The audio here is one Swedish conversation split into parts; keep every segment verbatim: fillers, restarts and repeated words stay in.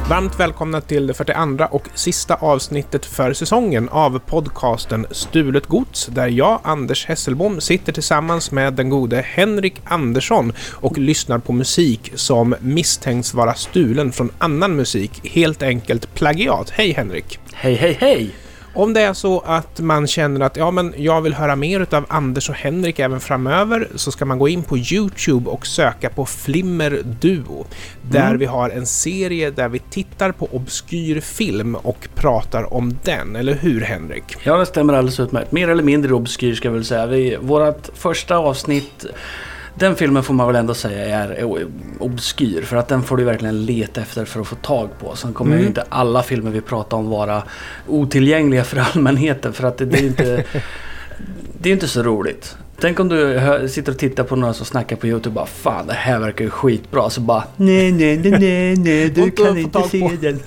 Varmt välkomna till det fyrtioandra och sista avsnittet för säsongen av podcasten Stulet Gods, där jag, Anders Hesselbom, sitter tillsammans med den gode Henrik Andersson och lyssnar på musik som misstänks vara stulen från annan musik, helt enkelt plagiat. Hej Henrik! Hej, hej, hej! Om det är så att man känner att ja, men jag vill höra mer av Anders och Henrik även framöver, så ska man gå in på YouTube och söka på Flimmer Duo, där mm. vi har en serie där vi tittar på obskyr film och pratar om den, eller hur Henrik? Ja, det stämmer alldeles utmärkt. Mer eller mindre obskyr ska jag väl säga. Vi, vårat första avsnitt, den filmen får man väl ändå säga är obskyr, för att den får du verkligen leta efter för att få tag på. Sen kommer mm. ju inte alla filmer vi pratar om vara otillgängliga för allmänheten, för att det, det är inte det är inte så roligt. Tänk om du hör, sitter och tittar på några som snackar på YouTube och bara, fan, det här verkar ju skitbra. Så bara, nej, nej, nej, nej, nej du kan inte se den.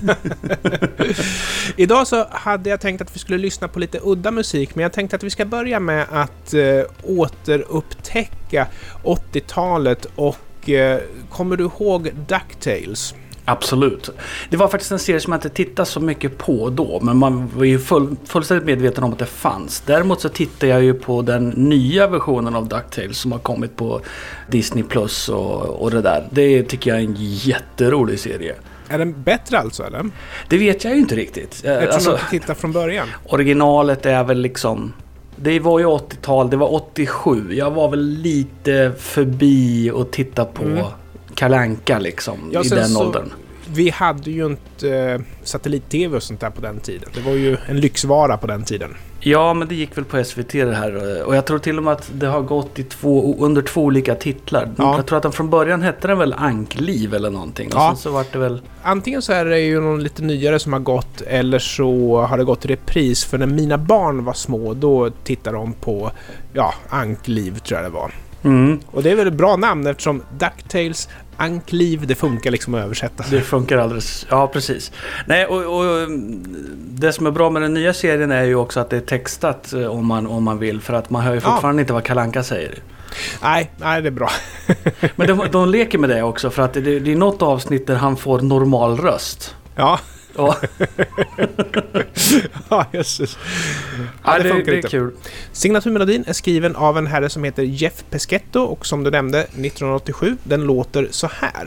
Idag så hade jag tänkt att vi skulle lyssna på lite udda musik, men jag tänkte att vi ska börja med att äh, återupptäcka åttiotalet. Och äh, kommer du ihåg DuckTales? Absolut. Det var faktiskt en serie som jag inte tittade så mycket på då, men man var ju full, fullständigt medveten om att det fanns. Däremot så tittade jag ju på den nya versionen av DuckTales som har kommit på Disney Plus och, och det där. Det tycker jag är en jätterolig serie. Är den bättre alltså, eller? Det vet jag ju inte riktigt. Eftersom alltså, man tittar från början. Originalet är väl liksom... Det var ju åttiotal, det var åttiosju. Jag var väl lite förbi och titta på... Mm. Kalle Anka liksom, ja, i den så, åldern. Vi hade ju inte äh, satellit-tv och sånt där på den tiden. Det var ju en lyxvara på den tiden. Ja, men det gick väl på S V T det här. Och jag tror till och med att det har gått i två, under två olika titlar. Ja. Jag tror att den från början hette den väl Ankliv eller någonting. Och ja. sen så var det väl... Antingen så är det ju någon lite nyare som har gått, eller så har det gått i repris. För när mina barn var små, då tittade de på ja, Ankliv tror jag det var. Mm. Och det är väl ett bra namn, eftersom DuckTales, Ankliv, det funkar liksom att översätta. Det funkar alldeles, ja precis. Nej, och, och det som är bra med den nya serien är ju också att det är textat om man, om man vill, för att man hör ju fortfarande ja. inte vad Kalle Anka säger. Nej, nej, det är bra. Men de, de leker med det också, för att det, det är något avsnitt där han får normal röst. Ja. Ja, ja jösses. Ja, det, det, det är inte. Kul. Signaturmelodin är skriven av en herre som heter Jeff Peschetto, och som du nämnde, nittonhundraåttiosju. Den låter så här.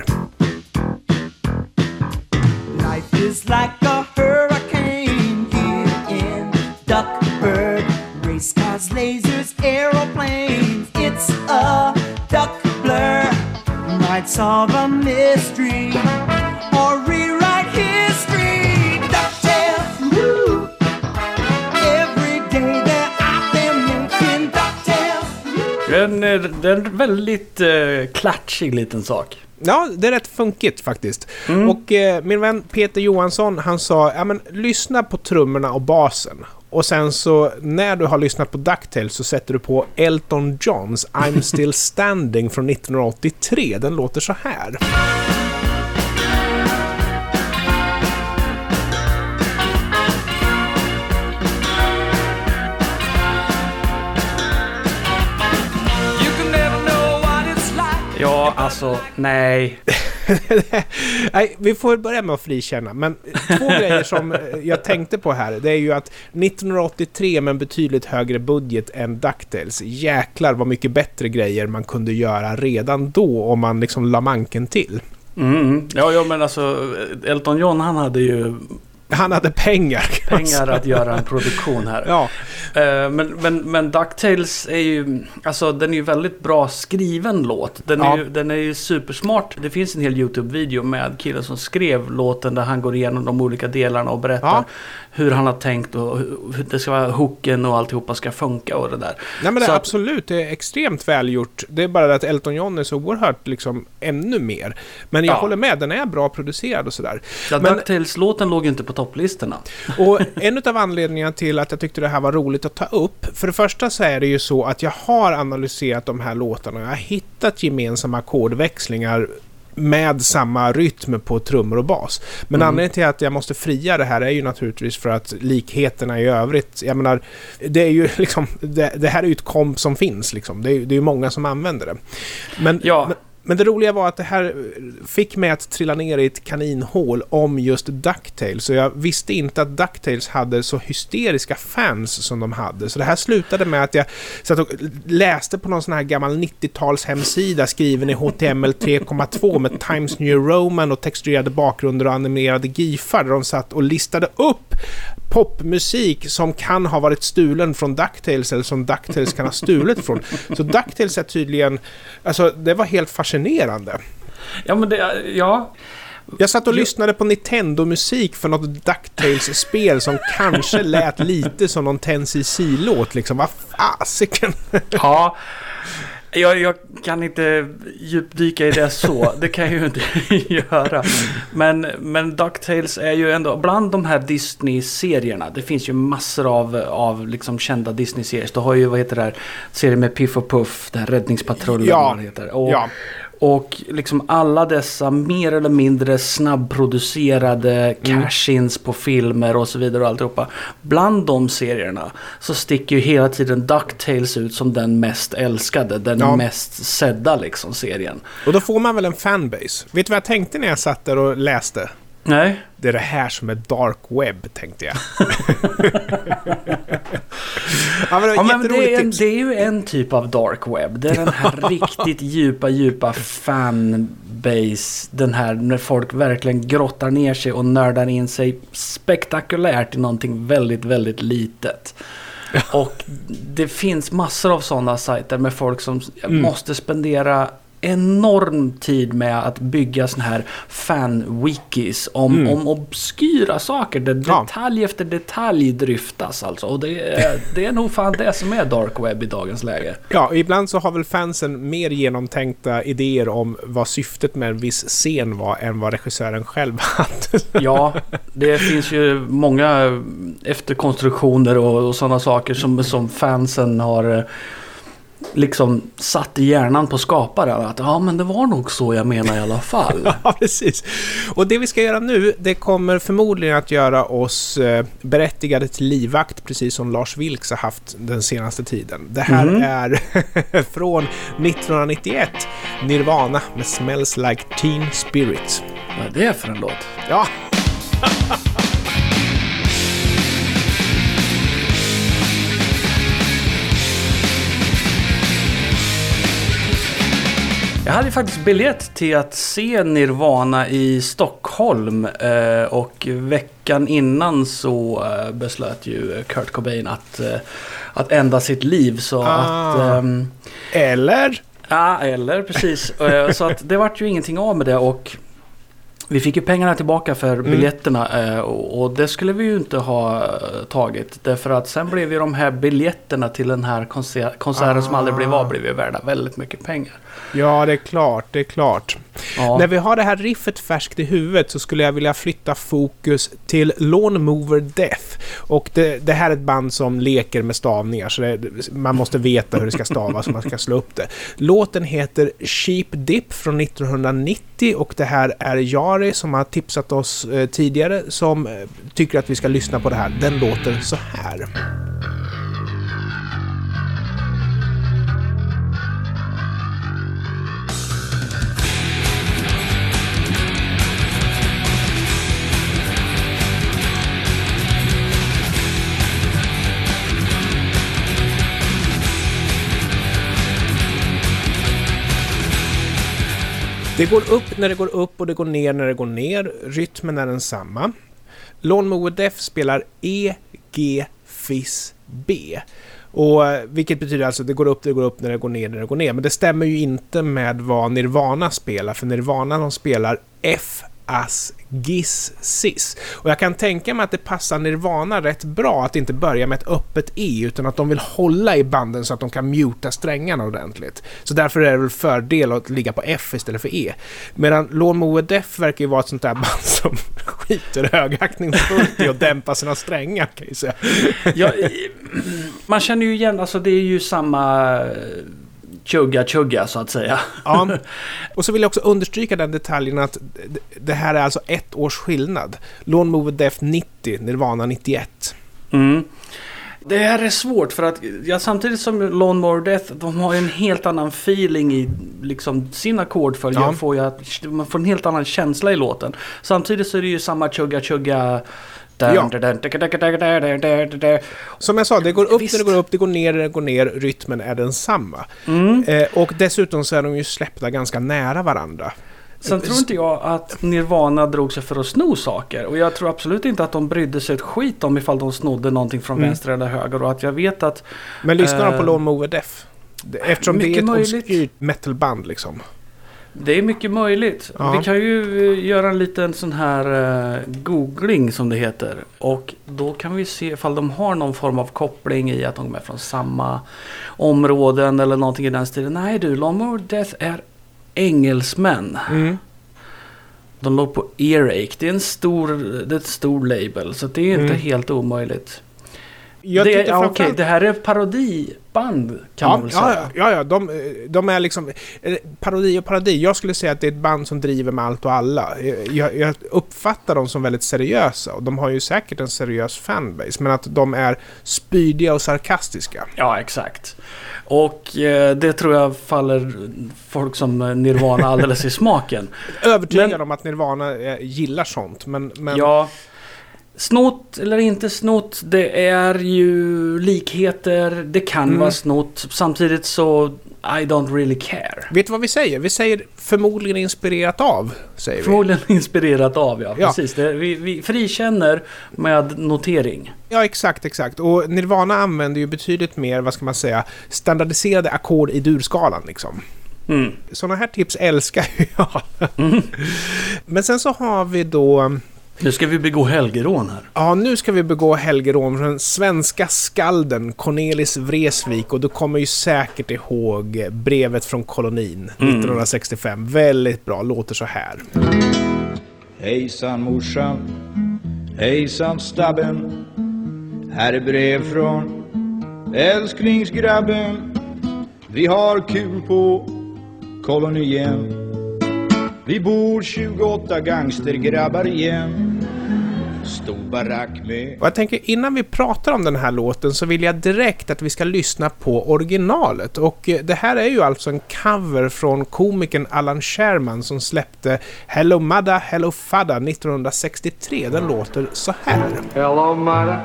Life is like a hurricane here in Duckburg. Race cars, lasers, aeroplanes. It's a duck blur. Might solve a mystery or rewrite history. DuckTales, woo! Every day they're out there making DuckTales. Den är en väldigt uh, klatschig liten sak. Ja, det är rätt funkigt faktiskt. Mm. Och eh, min vän Peter Johansson, han sa, ja men lyssna på trummorna och basen. Och sen så, när du har lyssnat på DuckTales, så sätter du på Elton Johns I'm Still Standing från nittonhundraåttiotre. Den låter så här. Ja, alltså, nej. Nej, vi får börja med att frikänna. Men två grejer som jag tänkte på här, det är ju att nittonhundraåttiotre med en betydligt högre budget än DuckTales, jäklar vad mycket bättre grejer man kunde göra redan då om man liksom la manken till. Mm. Ja, ja, men alltså Elton John, han hade ju Han hade pengar. Pengar att göra en produktion här. Ja. Uh, men, men, men DuckTales är ju, alltså den är ju väldigt bra skriven låt. Den är, ja. ju, den är ju supersmart. Det finns en hel YouTube-video med killen som skrev låten, där han går igenom de olika delarna och berättar ja. hur han har tänkt och hur det ska vara hooken och alltihopa ska funka och det där. Nej, men det Så är att, absolut, det är extremt välgjort. Det är bara att Elton John är så oerhört liksom ännu mer. Men jag ja. håller med, den är bra producerad och sådär. Ja, men DuckTales-låten låg ju inte på topplistorna. Och en av anledningarna till att jag tyckte det här var roligt att ta upp, för det första så är det ju så att jag har analyserat de här låtarna och jag har hittat gemensamma ackordväxlingar med samma rytm på trummor och bas. Men mm. anledningen till att jag måste fria det här är ju naturligtvis för att likheterna i övrigt, jag menar, det är ju liksom, det, det här är ju ett komp som finns liksom. Det är, det är ju många som använder det. Men, ja. men Men det roliga var att det här fick mig att trilla ner i ett kaninhål om just DuckTales. Så jag visste inte att DuckTales hade så hysteriska fans som de hade. Så det här slutade med att jag satt och läste på någon sån här gammal nittio-tals hemsida skriven i H T M L tre komma två med Times New Roman och texturerade bakgrunder och animerade gifar där de satt och listade upp popmusik som kan ha varit stulen från DuckTales eller som DuckTales kan ha stulit från. Så DuckTales är tydligen, alltså det var helt fascinerande. Ja, men det, ja. Jag satt och jag... lyssnade på Nintendo-musik för något DuckTales-spel som kanske lät lite som någon ten C C-låt liksom. Vad fasiken? Ja. Jag, jag kan inte djupdyka i det så. Det kan jag ju inte göra. Men, men DuckTales är ju ändå bland de här Disney-serierna. Det finns ju massor av, av liksom kända Disney-serier. Du har ju, vad heter det här, serier med Piff och Puff, den här Räddningspatrullen. Ja, vad heter. Och, ja. Och liksom alla dessa mer eller mindre snabbproducerade cash-ins på filmer och så vidare och alltihopa. Bland de serierna så sticker ju hela tiden DuckTales ut som den mest älskade, den ja. mest sedda liksom serien. Och då får man väl en fanbase. Vet du vad jag tänkte när jag satt där och läste? Nej. Det är det här som är dark web, tänkte jag. Ja, men det, ja, men det, är en, det är ju en typ av dark web. Det är den här riktigt djupa, djupa fanbase. Den här när folk verkligen grottar ner sig och nördar in sig spektakulärt i någonting väldigt, väldigt litet. Och det finns massor av sådana sajter med folk som mm. måste spendera enorm tid med att bygga sån här fan-wikis om, mm. om obskyra saker där ja. detalj efter detalj dryftas alltså. Och det är, det är nog fan det som är dark web i dagens läge. Ja, ibland så har väl fansen mer genomtänkta idéer om vad syftet med en viss scen var än vad regissören själv hade. Ja, det finns ju många efterkonstruktioner och, och sådana saker som, som fansen har liksom satt i hjärnan på skaparen att ja, men det var nog så jag menar i alla fall. Ja, precis. Och det vi ska göra nu, det kommer förmodligen att göra oss eh, berättigade till livvakt, precis som Lars Vilks har haft den senaste tiden. Det här mm. är från nittonhundranittioett, Nirvana med Smells Like Teen Spirit. Vad är det för en låt? Ja. Jag hade faktiskt biljett till att se Nirvana i Stockholm eh, och veckan innan så eh, beslöt ju Kurt Cobain att, eh, att ända sitt liv. Så ah. att, ehm, eller? Ja, eller precis. eh, så att det vart ju ingenting av med det och vi fick ju pengarna tillbaka för biljetterna mm. och det skulle vi ju inte ha tagit. Därför att sen blev ju de här biljetterna till den här konser- konserten ah. som aldrig blev av blev ju värda väldigt mycket pengar. Ja, det är klart, det är klart. Ja. När vi har det här riffet färskt i huvudet så skulle jag vilja flytta fokus till Lawn Mower Death. Och det, det här är ett band som leker med stavningar så det, man måste veta hur det ska stavas så man ska slå upp det. Låten heter Cheap Dip från nittonhundranittio och det här är Jari som har tipsat oss eh, tidigare som eh, tycker att vi ska lyssna på det här. Den låter så här. Det går upp när det går upp och det går ner när det går ner. Rytmen är densamma. Lawn Mower Death spelar E, G, Fis, B. Och vilket betyder alltså att det går upp, det går upp när det går ner när det går ner. Men det stämmer ju inte med vad Nirvana spelar. För Nirvana de spelar F, As, Gis, Sis. Och jag kan tänka mig att det passar Nirvana rätt bra att inte börja med ett öppet E utan att de vill hålla i banden så att de kan muta strängarna ordentligt. Så därför är det väl fördel att ligga på F istället för E. Medan Lawn Mower Death verkar ju vara ett sånt där band som skiter högaktningsfullt i att dämpa sina strängar kan jag säga. Ja, man känner ju igen, alltså det är ju samma chugga chugga så att säga. Ja. Och så vill jag också understryka den detaljen att det här är alltså ett års skillnad. Lawn Mower Death nittio, Nirvana nittioett. Mm. Det här är svårt för att ja, samtidigt som Lawnmower Death, de har ju en helt annan feeling i liksom sin ackordföljd. Ja. Får jag, man får en helt annan känsla i låten. Samtidigt så är det ju samma chugga chugga. Ja. Som jag sa, det går upp Visst. när det går upp, det går ner när det går ner, rytmen är densamma. Mm. Eh, och dessutom så är de ju släppta ganska nära varandra. Sen tror inte jag att Nirvana drog sig för att sno saker. Och jag tror absolut inte att de brydde sig ett skit om ifall de snodde någonting från Mm. vänster eller höger. Och att jag vet att... Men lyssnar eh, de på Lawnmower Death? Eftersom det är ett möjligt. obskyrt metalband liksom. Det är mycket möjligt. Ja. Vi kan ju eh, göra en liten sån här eh, googling som det heter. Och då kan vi se ifall de har någon form av koppling i att de är från samma områden eller någonting i den stilen. Nej du, Lawnmower Death är engelsmän. Mm. De låg på Earache. Det är en stor, det är ett stor label. Så det är inte Mm. helt omöjligt. Jag Det, tyckte ja, framförallt- okej, det här är parodiband kan man Ja, väl ja, säga. ja, ja de, de är liksom eh, parodi och parodi. Jag skulle säga att det är ett band som driver med allt och alla. Jag, jag uppfattar dem som väldigt seriösa och de har ju säkert en seriös fanbase, men att de är spydiga och sarkastiska. Ja, exakt. Och eh, det tror jag faller folk som Nirvana alldeles i smaken. Övertygad Men- om att Nirvana eh, gillar sånt, men, men Ja, snott eller inte snott, det är ju likheter, det kan Mm. vara snott. Samtidigt så, I don't really care. vet du vad vi säger? Vi säger förmodligen inspirerat av, säger vi. Förmodligen inspirerat av, ja. Ja. Precis. Det, vi, vi frikänner med notering. Ja, exakt, exakt. Och Nirvana använder ju betydligt mer, vad ska man säga, standardiserade ackord i durskalan liksom. Mm. Sådana här tips älskar jag. Mm. Men sen så har vi då... Nu ska vi begå helgerån här. Ja, nu ska vi begå helgerån från den svenska skalden Cornelis Vreeswijk, och du kommer ju säkert ihåg brevet från kolonin Mm. nittonhundrasextiofem. Väldigt bra, låter så här. Hejsan morsan, hejsan stabben. Här är brev från älsklingsgrabben. Vi har kul på kolonien. Vi bor tjugoåtta gangstergrabbar igen. Stor barack med... Och jag tänker, innan vi pratar om den här låten så vill jag direkt att vi ska lyssna på originalet. Och eh, det här är ju alltså en cover från komikern Allan Sherman som släppte Hello Mudda, Hello Fudda nittonhundrasextiotre. Den låter så här. Hello, mother.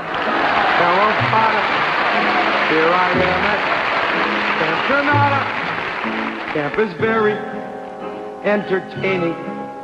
Hello, father. Here I am at Camp Granada. Camp is very entertaining.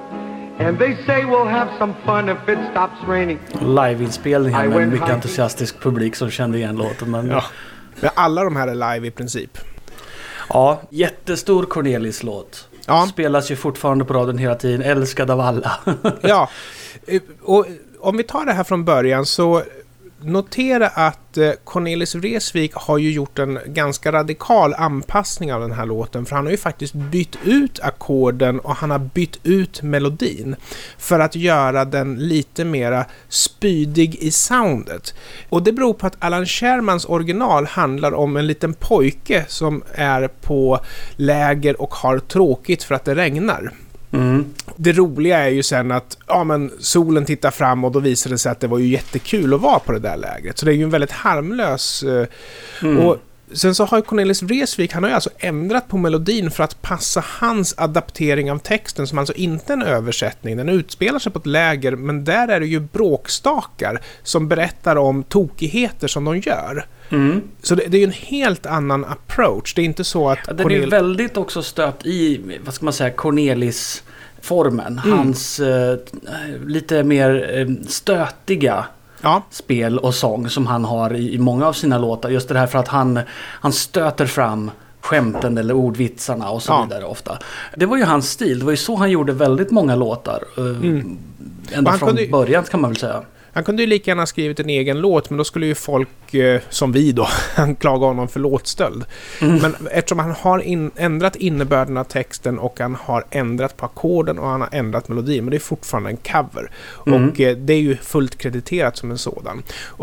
And they say we'll have some fun if it stops raining. Liveinspelning här I med en went mycket hiking. entusiastisk publik som kände igen låten. Men, Ja. ja. Men alla de här är live i princip. ja, jättestor Cornelis-låt. Ja. Spelas ju fortfarande på radion hela tiden. Älskad av alla. Ja, eh, och om vi tar det här från början så notera att eh, Cornelis Vreeswijk har ju gjort en ganska radikal anpassning av den här låten, för han har ju faktiskt bytt ut ackorden och han har bytt ut melodin för att göra den lite mera spydig i soundet. Och det beror på att Allan Shermans original handlar om en liten pojke som är på läger och har tråkigt för att det regnar. Mm. Det roliga är ju sen att ja, men solen tittar fram och då visar det sig att det var ju jättekul att vara på det där lägret. Så det är ju en väldigt harmlös... Eh, Mm. och sen så har ju Cornelis Vreeswijk, han har ju alltså ändrat på melodin för att passa hans adaptering av texten, som alltså inte är en översättning. Den utspelar sig på ett läger, men där är det ju bråkstakar som berättar om tokigheter som de gör. Mm. Så det, det är ju en helt annan approach. Det är inte så att... Ja, den är ju väldigt också stöpt i, vad ska man säga, Cornelis-formen. Mm. Hans eh, lite mer eh, stötiga Ja, spel och sång som han har i, i många av sina låtar. Just det här för att han, han stöter fram skämten eller ordvitsarna och så Ja. vidare ofta. Det var ju hans stil. Det var ju så han gjorde väldigt många låtar. eh, Mm. Ända Och han från kunde ju- början kan man väl säga. han kunde ju lika gärna ha skrivit en egen låt, men då skulle ju folk, eh, som vi då, anklaga honom för låtstöld. Mm. Men eftersom han har in, ändrat innebörden av texten och han har ändrat på ackorden och han har ändrat melodin, men det är fortfarande en cover. Mm. Och eh, det är ju fullt krediterat som en sådan. Och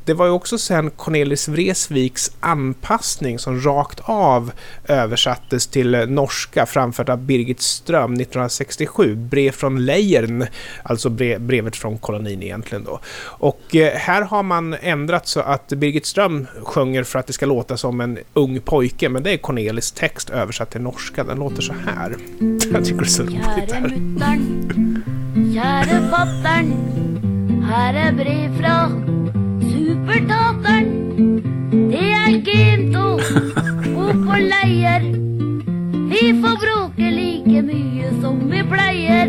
det var ju också sen Cornelis Vreeswijks anpassning som rakt av översattes till norska framfört av Birgit Ström nittonhundrasextiosju. Brev från Lejern, alltså brev, brevet från kolonin egentligen då. Och eh, här har man ändrat så att Birgit Ström sjunger för att det ska låta som en ung pojke, men det är Cornelis text översatt till norska. Den låter så här. Jag tycker det är så roligt här. Käre muttern, käre fattern, här är brev från supertatern. Det är gento, gå på lejer. Vi får bråka lika mycket som vi plejer.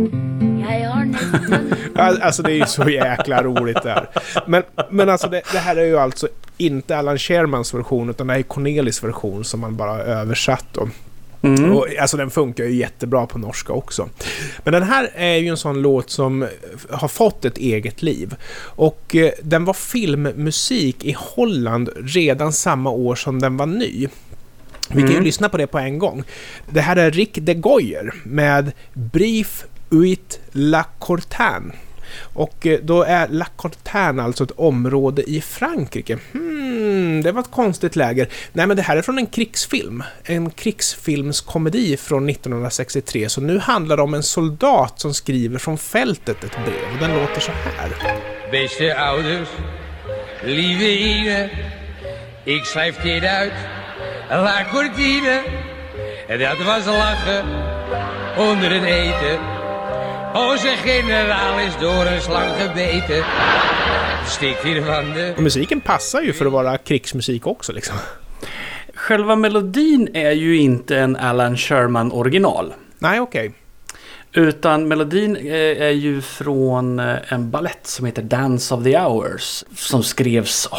Jag har nästan... Alltså det är ju så jäkla roligt där. Men, men alltså det, det här är ju alltså inte Allan Shermans version, utan det är Cornelis version som man bara har översatt då. Mm. Och, alltså den funkar ju jättebra på norska också. Men den här är ju en sån låt som har fått ett eget liv. Och eh, den var filmmusik i Holland redan samma år som den var ny. Vi kan ju mm. lyssna på det på en gång. Det här är Rick de Goyer med Brief uit La Courtaine. Och då är La Courtaine alltså ett område i Frankrike. Hmm, det var ett konstigt läger. Nej, men det här är från en krigsfilm. En krigsfilmskomedi från nittonhundrasextiotre. Så nu handlar det om en soldat som skriver från fältet ett brev. Och den låter så här. Beste ouders, lieve Ine, ik schrijf dit uit La Courtaine. Dat was lachen onder het eten. Onze generaal is door en slang gebeten. Stikt hier van de... Och musiken passar ju för att vara krigsmusik också liksom. Själva melodin är ju inte en Allan Sherman original. Nej, okej. Okay. Utan melodin är ju från en ballett som heter Dance of the Hours. Som skrevs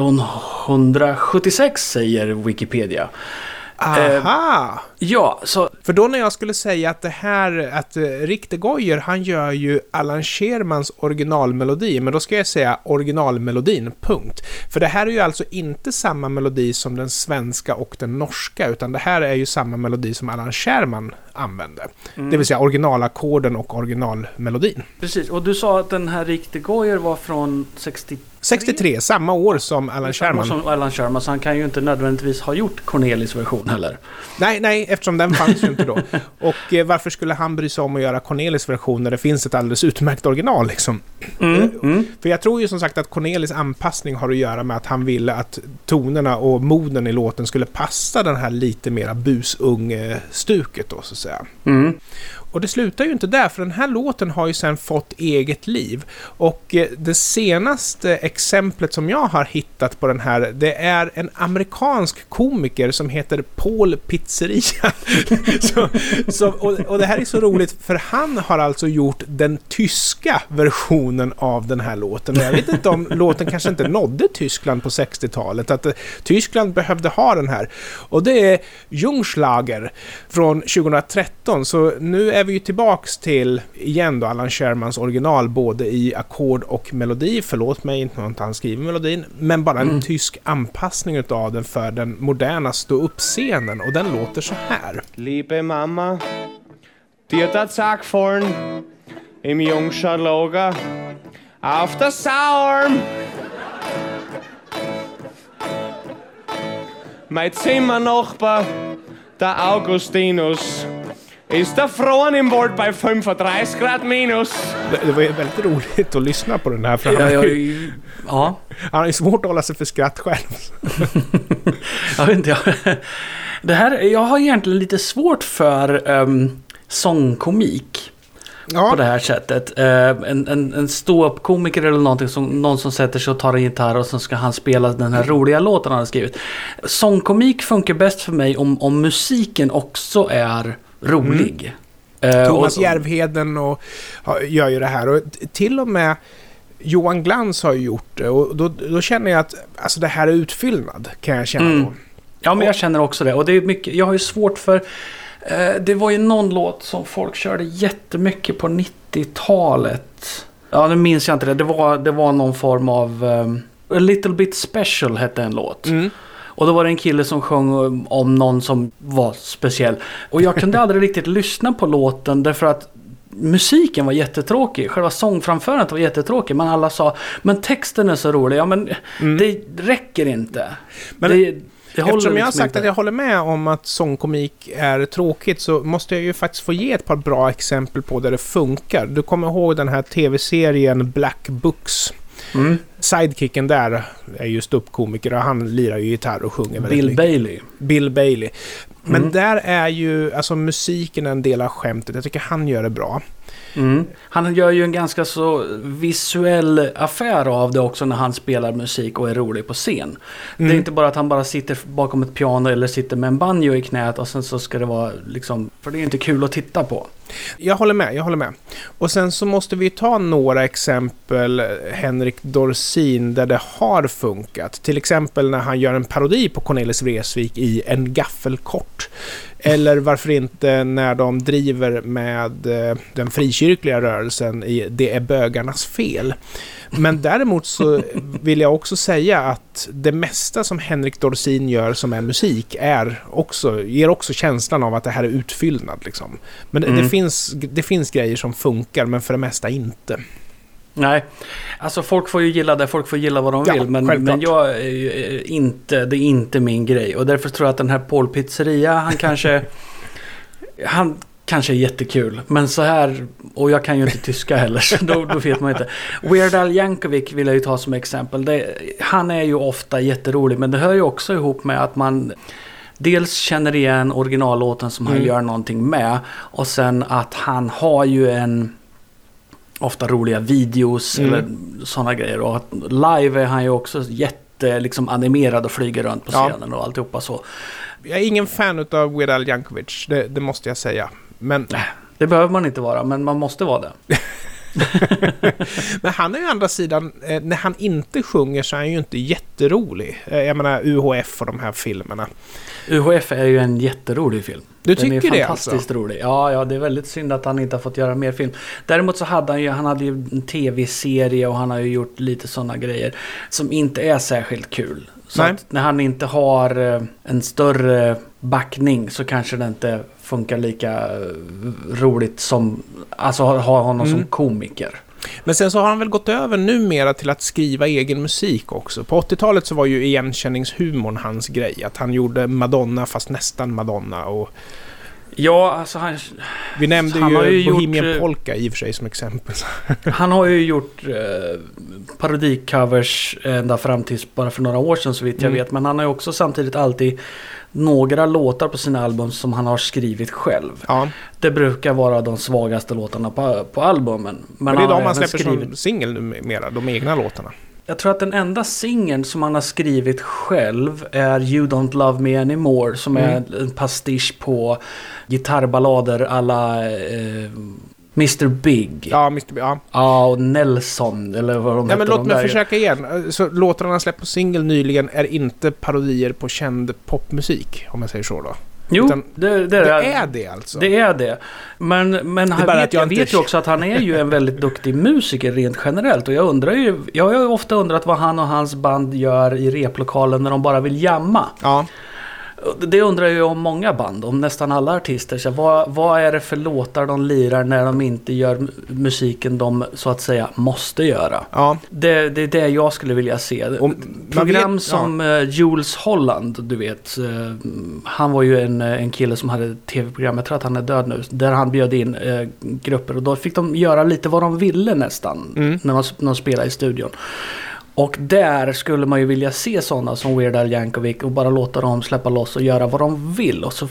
artonhundrasjuttiosex, säger Wikipedia. Aha! Eh, ja, så... För då när jag skulle säga att det här, att Rick de Goyer, han gör ju Allan Shermans originalmelodi, men då ska jag säga originalmelodin, punkt. För det här är ju alltså inte samma melodi som den svenska och den norska, utan det här är ju samma melodi som Allan Sherman använde. Mm. Det vill säga originalackorden och originalmelodin. Precis, och du sa att den här Rick de Goyer var från sextiotre? sextiotre, samma år som Allan Sherman. Som Allan Sherman, så han kan ju inte nödvändigtvis ha gjort Cornelis version heller. Nej, nej, eftersom den fanns ju inte då. Och eh, varför skulle han bry sig om att göra Cornelis version när det finns ett alldeles utmärkt original liksom? Mm, mm. För jag tror ju som sagt att Cornelis anpassning har att göra med att han ville att tonerna och moden i låten skulle passa den här lite mera busung-stuket då, så att säga. Mm. Och det slutar ju inte där, för den här låten har ju sen fått eget liv. Och det senaste exemplet som jag har hittat på den här, det är en amerikansk komiker som heter Paul Pizzeria. så, så, och, och det här är så roligt, för han har alltså gjort den tyska versionen av den här låten. Jag vet inte om låten kanske inte nådde Tyskland på sextiotalet, att Tyskland behövde ha den här. Och det är Jungschlager från tjugohundratretton, så nu är vi ju tillbaks till igen då Allan Shermans original både i ackord och melodi. Förlåt mig, inte något han skriver melodin, men bara en mm. tysk anpassning utav den för den moderna stå-upp-scenen, och den låter så här. Liebe mamma, dir der Tag vorn im Jungschlager auf der Sauerm. Mein Zimmernachbar, der Augustinus, ist der Från im Wald bei femtiotrettio grad minus. Det, det var ju väldigt roligt att lyssna på den här, för ja, han, jag, ju, ja. han har ju svårt att hålla sig för skratt själv. jag vet inte, jag, det här, jag har egentligen lite svårt för um, sångkomik. Ja. På det här sättet. Uh, en, en, en stå-upp-komiker eller någonting som, någon som sätter sig och tar en gitarr och så ska han spela den här roliga låten han har skrivit. Sångkomik funkar bäst för mig om, om musiken också är rolig. Mm. Uh, Thomas och, Järvheden och, gör ju det här, och till och med Johan Glans har ju gjort det, och då, då känner jag att alltså, det här är utfyllnad, kan jag känna mm. då. Ja, men jag känner också det, och det är mycket, jag har ju svårt för eh, det var ju någon låt som folk körde jättemycket på nittiotalet. Ja, nu minns jag inte det. Det var, det var någon form av um, A Little Bit Special hette en låt. Mm. Och då var det en kille som sjöng om någon som var speciell. Och jag kunde aldrig riktigt lyssna på låten, därför att musiken var jättetråkig. Själva sångframförandet var jättetråkig. Men alla sa, men texten är så rolig. Ja, men mm. det räcker inte. Men det, det eftersom liksom jag har sagt inte. att jag håller med om att sångkomik är tråkigt, så måste jag ju faktiskt få ge ett par bra exempel på där det funkar. Du kommer ihåg den här tv-serien Black Books. Mm. Sidekicken där är ju ståuppkomiker och han lirar ju gitarr och sjunger väldigt Bill mycket. Bill Bailey. Bill Bailey. Men Mm. där är ju alltså musiken en del av skämtet. Jag tycker han gör det bra. Mm. Han gör ju en ganska så visuell affär av det också när han spelar musik och är rolig på scen. Mm. Det är inte bara att han bara sitter bakom ett piano eller sitter med en banjo i knät och sen så ska det vara liksom, för det är inte kul att titta på. Jag håller med, jag håller med. Och sen så måste vi ta några exempel, Henrik Dorsin, där det har funkat. Till exempel när han gör en parodi på Cornelis Vreeswijk i En gaffelkort. Eller varför inte när de driver med eh, den frikyrkliga rörelsen i Det är bögarnas fel. Men däremot så vill jag också säga att det mesta som Henrik Dorsin gör som är musik är också, ger också känslan av att det här är utfyllnad. Liksom. Men mm. det, finns, det finns grejer som funkar, men för det mesta inte. Nej, alltså folk får ju gilla det, folk får gilla vad de ja, vill, men, men jag är ju inte, det är inte min grej. Och därför tror jag att den här Paul Pizzeria, han kanske han kanske är jättekul, men så här, och jag kan ju inte tyska heller, så då, då vet man inte. Weird Al Yankovic vill jag ju ta som exempel. Det, han är ju ofta jätterolig, men det hör ju också ihop med att man dels känner igen originallåten som mm. han gör någonting med, och sen att han har ju en ofta roliga videos mm. eller sådana grejer, och att live är han ju också jätte liksom animerad och flyger runt på scenen ja. och alltihopa så. Jag är ingen fan av Weird Al Yankovic, det, det måste jag säga. Men det behöver man inte vara, men man måste vara det. Men han är ju å andra sidan, när han inte sjunger så är han ju inte jätterolig. Jag menar U H F och de här filmerna. U H F är ju en jätterolig film. Du Den tycker är det fantastiskt alltså? rolig. Ja, ja, det är väldigt synd att han inte har fått göra mer film. Däremot så hade han ju, han hade ju en tv-serie och han har ju gjort lite sådana grejer som inte är särskilt kul. Så att när han inte har en större backning så kanske det inte funkar lika roligt som, alltså ha honom mm. som komiker. Men sen så har han väl gått över numera till att skriva egen musik också. På åttiotalet så var ju igenkänningshumorn hans grej. Att han gjorde Madonna fast nästan Madonna. Och ja, alltså han... Vi nämnde han ju, har ju Bohemian gjort, Polka i och för sig som exempel. Han har ju gjort eh, parodicovers ända fram tills bara för några år sedan så vitt jag mm. vet. Men han har ju också samtidigt alltid några låtar på sina album som han har skrivit själv. Ja. Det brukar vara de svagaste låtarna på, på albumen. Men, men det är de man släpper skrivit... som singel numera, de egna låtarna. Jag tror att den enda singeln som han har skrivit själv är You Don't Love Me Anymore, som mm. är en pastisch på gitarrballader alla eh, mister Big. Ja, mister Big, ja. Ja, och Nelson, eller vad de ja, heter. Men låt de mig där. försöka igen. Så låtarna han släppt på singel nyligen är inte parodier på känd popmusik, om jag säger så då. Jo, Utan det, det, det är, är det alltså. Det är det. Men, men han vet, jag, jag vet ju också att han är ju en väldigt duktig musiker rent generellt. Och jag undrar ju, jag har ju ofta undrat vad han och hans band gör i replokalen när de bara vill jamma. Ja. Det undrar ju om många band, om nästan alla artister. Så vad, vad är det för låtar de lirar när de inte gör musiken de så att säga måste göra? Ja. Det, det är det jag skulle vilja se. Om, Program vet, som ja. uh, Jules Holland, du vet. Uh, han var ju en, en kille som hade ett tv-program, jag tror att han är död nu, där han bjöd in uh, grupper. Och då fick de göra lite vad de ville nästan mm. när, man, när de spelade i studion. Och där skulle man ju vilja se sådana som Weird Al Yankovic och bara låta dem släppa loss och göra vad de vill och så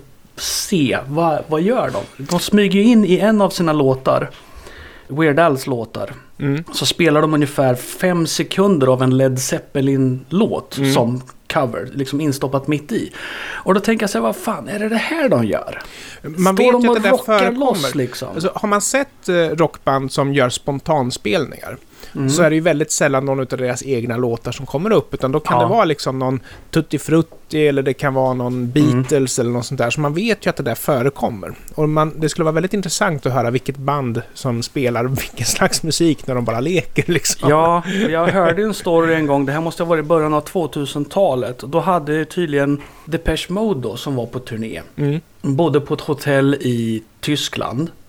se vad, vad gör de. De smyger ju in i en av sina låtar, Weird Al's låtar, mm. så spelar de ungefär fem sekunder av en Led Zeppelin-låt mm. som cover, liksom instoppat mitt i. Och då tänker jag så här, vad fan är det det här de gör? Man Står vet de ju och att det rockar där loss liksom? Alltså, har man sett eh, rockband som gör spontanspelningar mm. så är det ju väldigt sällan någon av deras egna låtar som kommer upp, utan då kan ja. det vara liksom någon Tutti Frutti eller det kan vara någon Beatles mm. eller något sånt där, så man vet ju att det där förekommer. Och man, det skulle vara väldigt intressant att höra vilket band som spelar vilken slags musik när de bara leker liksom. Ja, jag hörde en story en gång, det här måste ha varit i början av tvåtusentalet. Då hade tydligen Depeche Mode då, som var på turné. Mm. Bodde på ett hotell i Tyskland.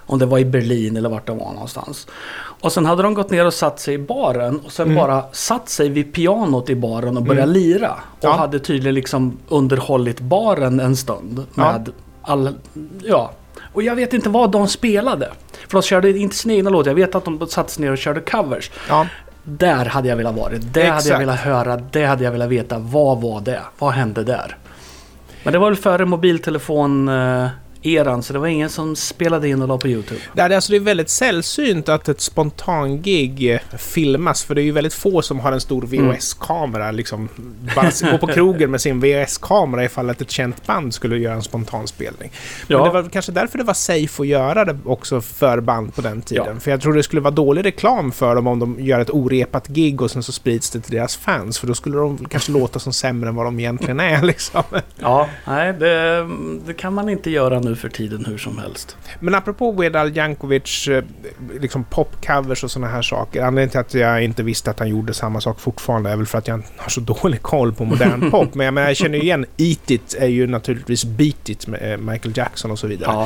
Om det var i Berlin eller vart det var någonstans. Och sen hade de gått ner och satt sig i baren. Och sen mm. bara satt sig vid pianot i baren och började mm. lira. Och ja. hade tydligen liksom underhållit baren en stund. Med ja. all... Ja. Och jag vet inte vad de spelade. För de körde inte sina egna låtar. Jag vet att de satt sig ner och körde covers. Ja. Där hade jag velat vara. Det Exakt. hade jag velat höra. Det hade jag velat veta. Vad var det? Vad hände där? Men det var väl före mobiltelefon... Uh, eran, så det var ingen som spelade in och la på YouTube. Det är, alltså, det är väldigt sällsynt att ett spontan gig filmas, för det är ju väldigt få som har en stor V H S-kamera liksom, bara gå på krogen med sin V H S-kamera ifall att ett känt band skulle göra en spontan spelning. Men ja. det var kanske därför det var safe att göra det också för band på den tiden. Ja. För jag tror det skulle vara dålig reklam för dem om de gör ett orepat gig och sen så sprids det till deras fans, för då skulle de kanske låta som sämre än vad de egentligen är liksom. Ja, nej, det, det kan man inte göra nu för tiden hur som helst. Men apropå Weird Al Yankovic liksom popcovers och såna här saker, anledningen till att jag inte visste att han gjorde samma sak fortfarande är väl för att jag har så dålig koll på modern pop, men jag, men jag känner ju igen Eat It är ju naturligtvis Beat It med Michael Jackson och så vidare. Ja.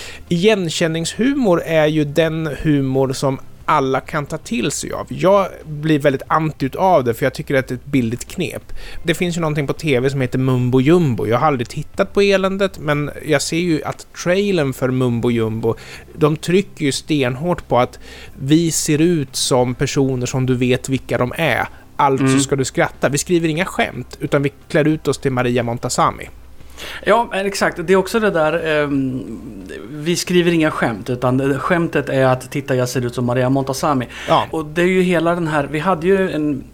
Igenkänningshumor är ju den humor som alla kan ta till sig av. Jag blir väldigt anti av det, för jag tycker att det är ett billigt knep. Det finns ju någonting på tv som heter Mumbo Jumbo. Jag har aldrig tittat på eländet, men jag ser ju att trailern för Mumbo Jumbo, de trycker ju stenhårt på att vi ser ut som personer som du vet vilka de är. Alltså mm. ska du skratta. Vi skriver inga skämt, utan vi klär ut oss till Maria Montazami. Ja, exakt. Det är också det där, eh, vi skriver inga skämt, utan skämtet är att titta, jag ser ut som Maria Montazami. Ja. Och det är ju hela den här, vi hade ju en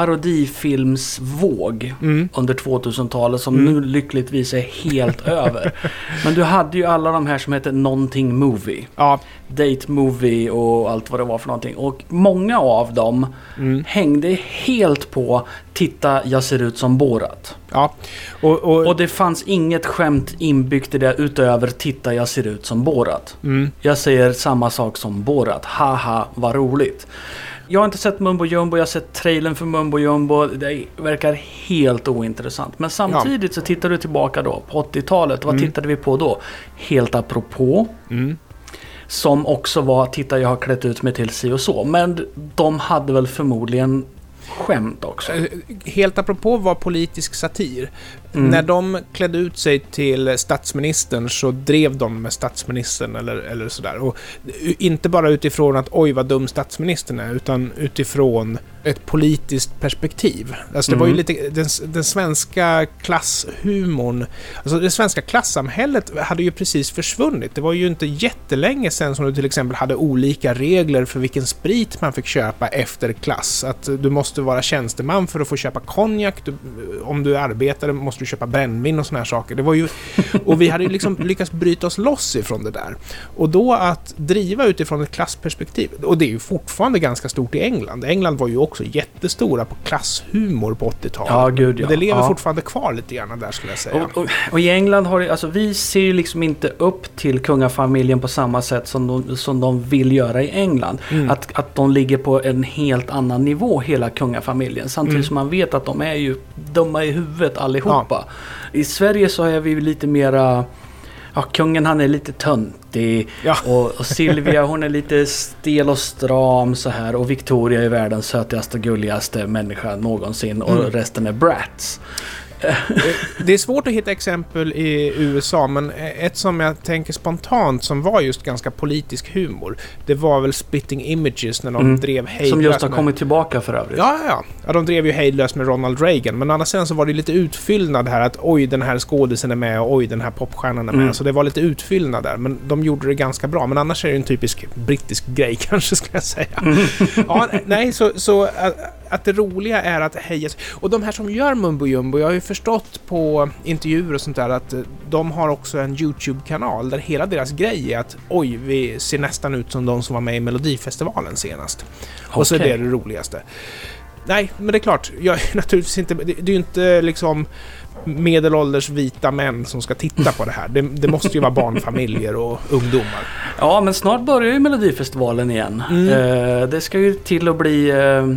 parodifilmsvåg mm. under tvåtusentalet som mm. nu lyckligtvis är helt över. Men du hade ju alla de här som heter Någonting Movie. Ja. Date Movie och allt vad det var för någonting. Och många av dem mm. hängde helt på titta, jag ser ut som Borat. Ja. Och, och, och det fanns inget skämt inbyggt i det utöver titta, jag ser ut som Borat. Mm. Jag säger samma sak som Borat. Haha, vad roligt. Jag har inte sett Mumbo Jumbo, jag har sett trailern för Mumbo Jumbo. Det verkar helt ointressant. Men samtidigt ja. så tittar du tillbaka då på åttiotalet. Vad mm. tittade vi på då? Helt apropå. Mm. Som också var, titta, jag har klätt ut mig till si och så. Men de hade väl förmodligen skämt också. Helt apropå var politisk satir. Mm. När de klädde ut sig till statsministern så drev de med statsministern eller, eller sådär. Och inte bara utifrån att oj vad dum statsministern är, utan utifrån ett politiskt perspektiv. Alltså det mm. var ju lite den, den svenska klasshumorn, alltså det svenska klassamhället hade ju precis försvunnit. Det var ju inte jättelänge sedan som du till exempel hade olika regler för vilken sprit man fick köpa efter klass. Att du måste vara tjänsteman för att få köpa konjak, du, om du är arbetare måste du köpa brännvin och såna här saker. Det var ju, och vi hade ju liksom lyckats bryta oss loss ifrån det där. Och då att driva utifrån ett klassperspektiv, och det är ju fortfarande ganska stort i England. England var ju också jättestora på klasshumor på åttiotalet. Ja, gud, ja. Det lever ja. fortfarande kvar lite grann där, skulle jag säga. Och, och, och i England har det, alltså vi ser ju liksom inte upp till kungafamiljen på samma sätt som de, som de vill göra i England. Mm. Att, att de ligger på en helt annan nivå, hela kungafamiljen. Samtidigt mm. som man vet att de är ju dumma i huvudet allihopa. Ja. I Sverige så är vi lite mera, ja, kungen han är lite töntig ja. och, och Silvia hon är lite stel och stram så här, och Victoria är världens sötaste och gulligaste människa någonsin och mm. resten är brats. Det är svårt att hitta exempel i U S A, men ett som jag tänker spontant som var just ganska politisk humor, det var väl Spitting Images när de mm. drev hejdlöst. Som just har med... kommit tillbaka för övrigt. Ja, ja, ja. De drev ju hejdlöst med Ronald Reagan, men annars sen så var det lite utfyllnad här att oj, den här skådisen är med och oj, den här popstjärnan är med. Mm. Så det var lite utfyllnad där, men de gjorde det ganska bra. Men annars är det en typisk brittisk grej kanske, skulle jag säga. Mm. Ja, nej, så... så att det roliga är att heja. Och de här som gör Mumbo Jumbo, jag har ju förstått på intervjuer och sånt där att de har också en YouTube-kanal där hela deras grej är att oj, vi ser nästan ut som de som var med i Melodifestivalen senast. Okay. Och så är det det roligaste. Nej, men det är klart, jag är naturligtvis inte, det, det är ju inte liksom medelålders vita män som ska titta på det här. Det, det måste ju vara barnfamiljer och ungdomar. Ja, men snart börjar ju Melodifestivalen igen. Mm. Eh, det ska ju till att bli... Eh,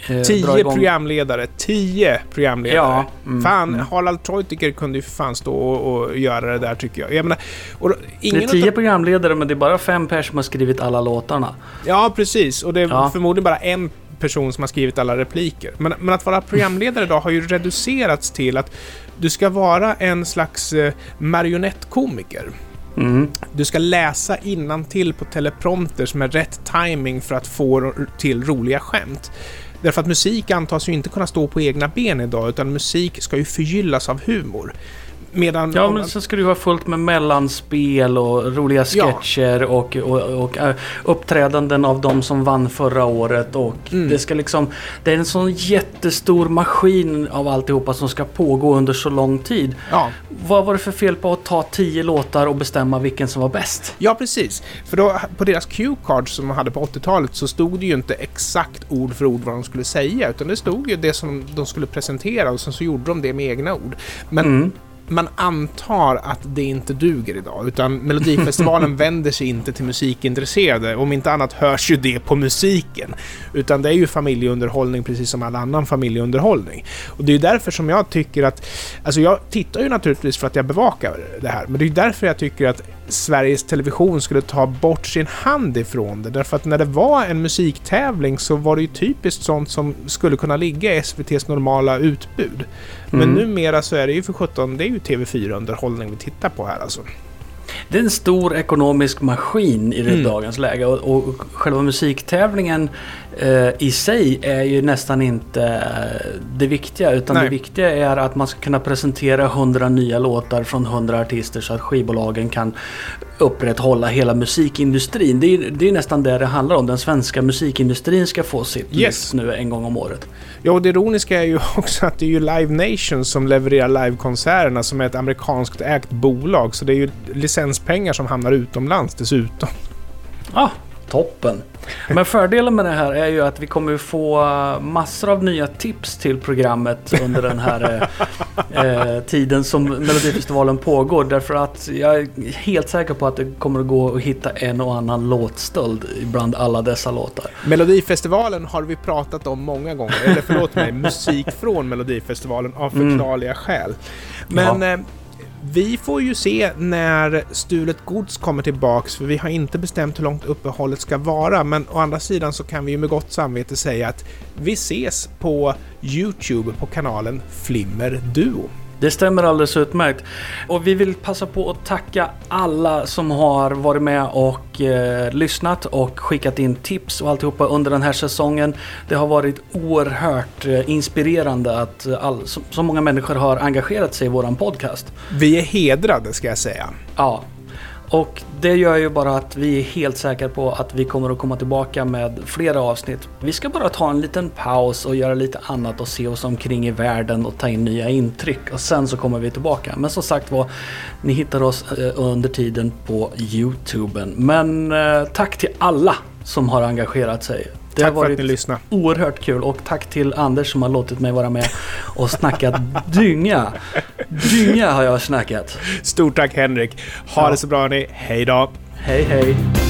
eh, Tio dra igång. programledare. Tio programledare. Ja, mm, fan, mm. Harald Treutiger kunde ju för fan stå och, och göra det där, tycker jag. jag menar, och ingen Det är tio utav... programledare, men det är bara fem personer som har skrivit alla låtarna. Ja, precis. Och det är Ja. förmodligen bara en person som har skrivit alla repliker. Men, men att vara programledare idag har ju reducerats till att du ska vara en slags eh, marionettkomiker. Mm. Du ska läsa innantill på teleprompter som är rätt timing för att få till roliga skämt. Därför att musik antas ju inte kunna stå på egna ben idag, utan musik ska ju förgyllas av humor. Medan Ja, men så ska du ha fullt med mellanspel och roliga sketcher ja. och, och, och uh, uppträdanden av de som vann förra året. Och mm. det ska liksom, det är en sån jättestor maskin av alltihopa som ska pågå under så lång tid. Ja. Vad var det för fel på att ta tio låtar och bestämma vilken som var bäst? Ja, precis. För då, på deras cue-cards som de hade på åttiotalet så stod det ju inte exakt ord för ord vad de skulle säga, utan det stod ju det som de skulle presentera och sen så gjorde de det med egna ord. Men mm. man antar att det inte duger idag, utan Melodifestivalen vänder sig inte till musikintresserade. Om inte annat hörs ju det på musiken, utan det är ju familjeunderhållning precis som all annan familjeunderhållning. Och det är ju därför som jag tycker att, alltså jag tittar ju naturligtvis för att jag bevakar det här, men det är ju därför jag tycker att Sveriges Television skulle ta bort sin hand ifrån det. Därför att när det var en musiktävling så var det ju typiskt sånt som skulle kunna ligga i S V T:s normala utbud. Men mm. numera så är det ju för sjutton, det är ju T V fyra-underhållning vi tittar på här alltså. Det är en stor ekonomisk maskin i det mm. dagens läge, och, och själva musiktävlingen eh, i sig är ju nästan inte eh, det viktiga, utan Nej. det viktiga är att man ska kunna presentera hundra nya låtar från hundra artister så att skivbolagen kan upprätthålla hela musikindustrin. Det är, det är nästan det det handlar om. Den svenska musikindustrin ska få sitt yes. lyft nu en gång om året. Ja, och det ironiska är ju också att det är ju Live Nation som levererar livekonserterna, som är ett amerikanskt ägt bolag, så det är ju licenspengar som hamnar utomlands dessutom. Ja, toppen. Men fördelen med det här är ju att vi kommer få massor av nya tips till programmet under den här eh, tiden som Melodifestivalen pågår, därför att jag är helt säker på att det kommer att gå att hitta en och annan låtstöld bland alla dessa låtar. Melodifestivalen har vi pratat om många gånger, eller förlåt mig, musik från Melodifestivalen av förklarliga mm. skäl. Men ja. eh, vi får ju se när Stulet Gods kommer tillbaks, för vi har inte bestämt hur långt uppehållet ska vara, men å andra sidan så kan vi ju med gott samvete säga att vi ses på YouTube på kanalen Flimmer Duo. Det stämmer alldeles utmärkt. Och vi vill passa på att tacka alla som har varit med och eh, lyssnat och skickat in tips och alltihopa under den här säsongen. Det har varit oerhört eh, inspirerande att all, så, så många människor har engagerat sig i våran podcast. Vi är hedrade, ska jag säga. Ja. Och det gör ju bara att vi är helt säkra på att vi kommer att komma tillbaka med flera avsnitt. Vi ska bara ta en liten paus och göra lite annat och se oss omkring i världen och ta in nya intryck. Och sen så kommer vi tillbaka. Men som sagt var, ni hittar oss under tiden på YouTube. Men eh, tack till alla som har engagerat sig. Det tack har varit för att ni lyssnar. Oerhört kul, och tack till Anders som har låtit mig vara med och snackat dynga. Dynga har jag snackat. Stort tack Henrik. Ha ja. det så bra ni. Hej då. Hej hej.